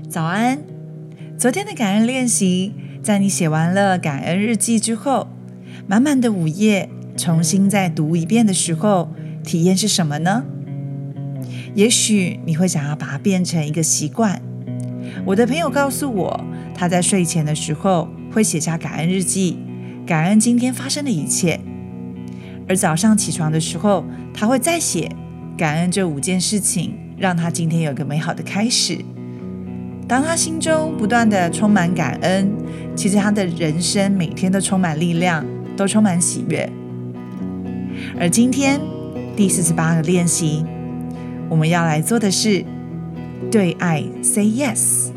早安。昨天的感恩练习，在你写完了感恩日记之后，满满的5页重新再读一遍的时候，体验是什么呢？也许你会想要把它变成一个习惯。我的朋友告诉我，他在睡前的时候会写下感恩日记，感恩今天发生的一切，而早上起床的时候，他会再写感恩这5件事情，让他今天有个美好的开始。当他心中不断的充满感恩，其实他的人生每天都充满力量，都充满喜悦。而今天第48个练习，我们要来做的是对爱 say yes。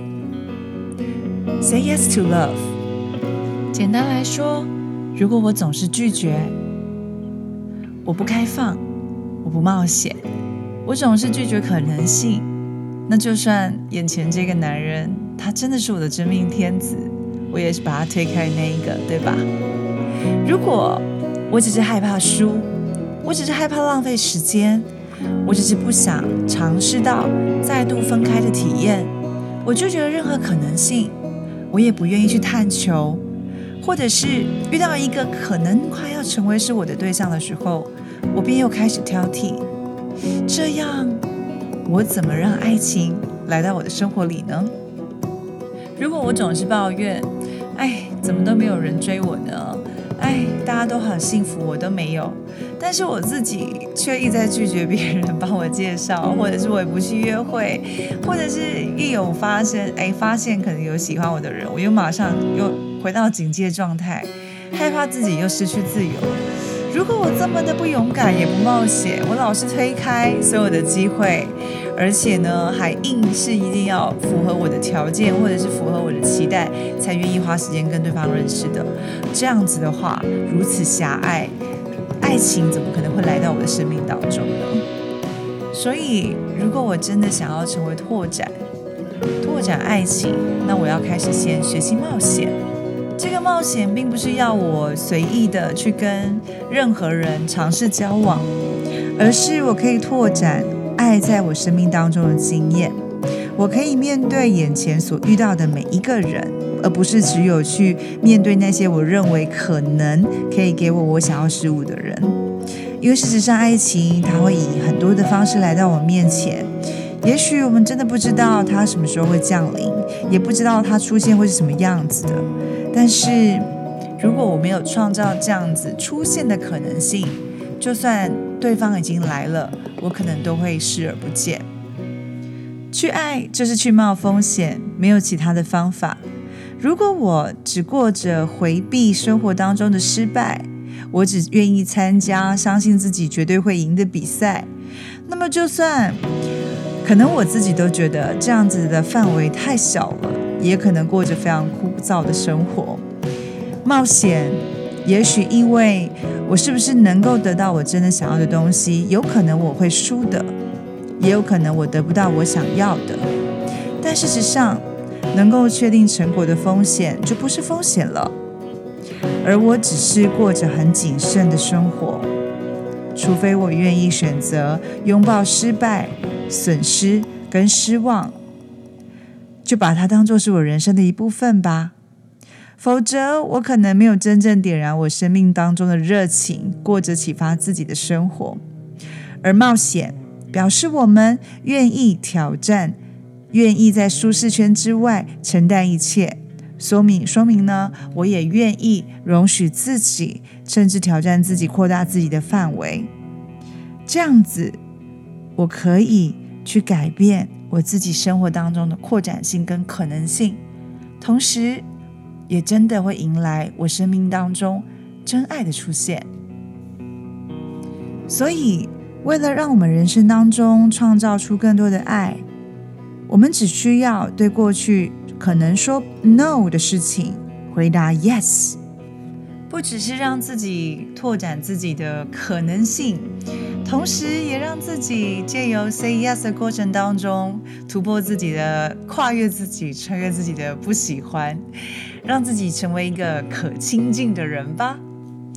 Say yes to love。 简单来说，如果我总是拒绝，我不开放，我不冒险，我总是拒绝可能性，那就算眼前这个男人他真的是我的真命天子，我也是把他推开那一个，对吧？如果我只是害怕输，我只是害怕浪费时间，我只是不想尝试到再度分开的体验，我拒绝了任何可能性，我也不愿意去探求，或者是遇到一个可能快要成为是我的对象的时候，我便又开始挑剔，这样我怎么让爱情来到我的生活里呢？如果我总是抱怨，怎么都没有人追我呢？大家都好幸福，我都没有，但是我自己却一直在拒绝别人帮我介绍，或者是我也不去约会，或者是一有发现可能有喜欢我的人，我又马上又回到警戒状态，害怕自己又失去自由。如果我这么的不勇敢也不冒险，我老是推开所有的机会，而且呢还硬是一定要符合我的条件或者是符合我的期待才愿意花时间跟对方认识的，这样子的话，如此狭隘，爱情怎么可能会来到我的生命当中呢？所以如果我真的想要成为拓展爱情，那我要开始先学习冒险。这个冒险并不是要我随意的去跟任何人尝试交往，而是我可以拓展爱在我生命当中的经验，我可以面对眼前所遇到的每一个人，而不是只有去面对那些我认为可能可以给我想要事物的人。因为事实上爱情它会以很多的方式来到我面前，也许我们真的不知道它什么时候会降临，也不知道它出现会是什么样子的，但是如果我没有创造这样子出现的可能性，就算对方已经来了，我可能都会视而不见。去爱就是去冒风险，没有其他的方法。如果我只过着回避生活当中的失败，我只愿意参加相信自己绝对会赢的比赛，那么就算可能我自己都觉得这样子的范围太小了，也可能过着非常枯燥的生活。冒险也许因为我是不是能够得到我真的想要的东西，有可能我会输的，也有可能我得不到我想要的，但事实上能够确定成果的风险就不是风险了，而我只是过着很谨慎的生活，除非我愿意选择拥抱失败、损失跟失望，就把它当作是我人生的一部分吧。否则我可能没有真正点燃我生命当中的热情，过着启发自己的生活。而冒险表示我们愿意挑战，愿意在舒适圈之外承担一切，说明呢，我也愿意容许自己，甚至挑战自己，扩大自己的范围。这样子我可以去改变我自己生活当中的扩展性跟可能性，同时也真的会迎来我生命当中真爱的出现。所以为了让我们人生当中创造出更多的爱，我们只需要对过去可能说 no 的事情回答 yes， 不只是让自己拓展自己的可能性，同时也让自己借由 say yes 的过程当中突破自己的，跨越自己，穿越自己的不喜欢，让自己成为一个可亲近的人吧。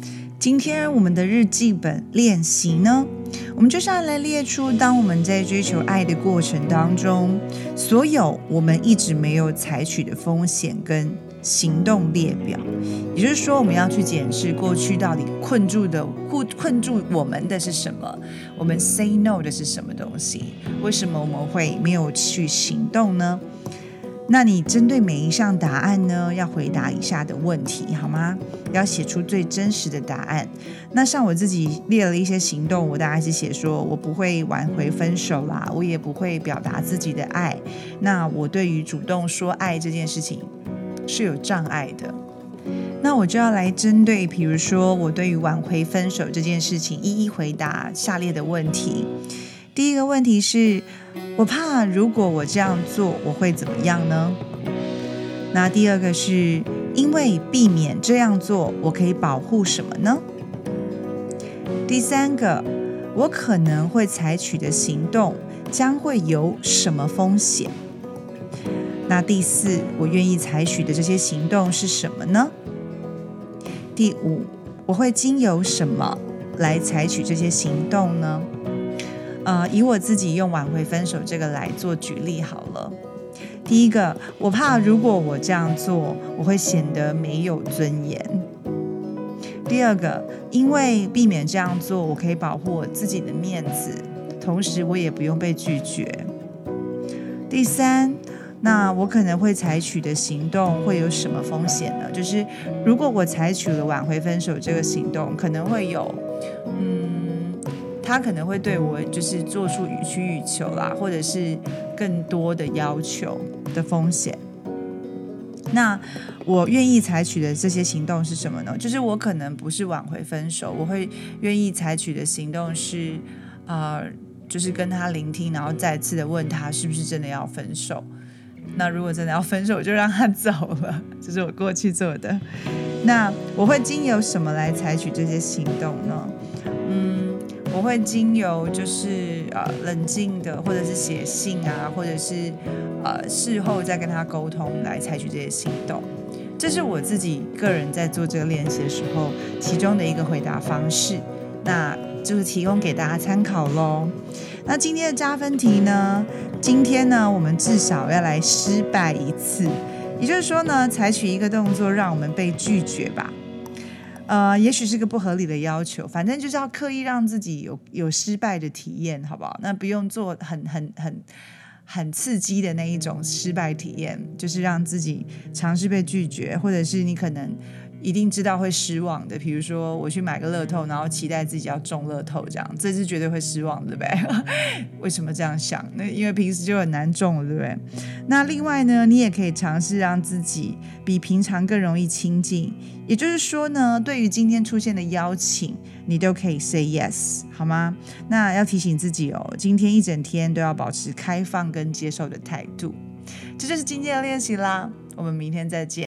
今天我们的日记本练习呢，我们就是要来列出当我们在追求爱的过程当中，所有我们一直没有采取的风险跟行动列表。也就是说，我们要去检视过去到底困住我们的是什么，我们 say no 的是什么东西，为什么我们会没有去行动呢？那你针对每一项答案呢，要回答以下的问题，好吗？要写出最真实的答案。那像我自己列了一些行动，我大概是写说，我不会挽回分手啦，我也不会表达自己的爱。那我对于主动说爱这件事情是有障碍的。那我就要来针对，比如说我对于挽回分手这件事情，一一回答下列的问题。第一个问题是，我怕如果我这样做，我会怎么样呢？那第二个是，因为避免这样做，我可以保护什么呢？第三个，我可能会采取的行动将会有什么风险？那第四，我愿意采取的这些行动是什么呢？第五，我会经由什么来采取这些行动呢？以我自己用挽回分手这个来做举例好了。第一个，我怕如果我这样做，我会显得没有尊严。第二个，因为避免这样做，我可以保护我自己的面子，同时我也不用被拒绝。第三，那我可能会采取的行动会有什么风险呢？就是如果我采取了挽回分手这个行动，可能会有他可能会对我就是做出予取予求啦，或者是更多的要求的风险。那我愿意采取的这些行动是什么呢？就是我可能不是挽回分手，我会愿意采取的行动是就是跟他聆听，然后再次的问他是不是真的要分手。那如果真的要分手，我就让他走了，这是我过去做的。那我会经由什么来采取这些行动呢？我会经由就是冷静的，或者是写信啊，或者是事后再跟他沟通来采取这些行动。这是我自己个人在做这个练习的时候其中的一个回答方式，那就是提供给大家参考咯。那今天的加分题呢，今天呢我们至少要来失败一次，也就是说呢，采取一个动作让我们被拒绝吧。也许是个不合理的要求，反正就是要刻意让自己有失败的体验，好不好？那不用做很刺激的那一种失败体验，就是让自己尝试被拒绝，或者是你可能一定知道会失望的，比如说我去买个乐透，然后期待自己要中乐透，这是绝对会失望的，对不对？为什么这样想？那因为平时就很难中了，对不对？那另外呢，你也可以尝试让自己比平常更容易亲近，也就是说呢，对于今天出现的邀请，你都可以 say yes， 好吗？那要提醒自己哦，今天一整天都要保持开放跟接受的态度。这就是今天的练习啦，我们明天再见。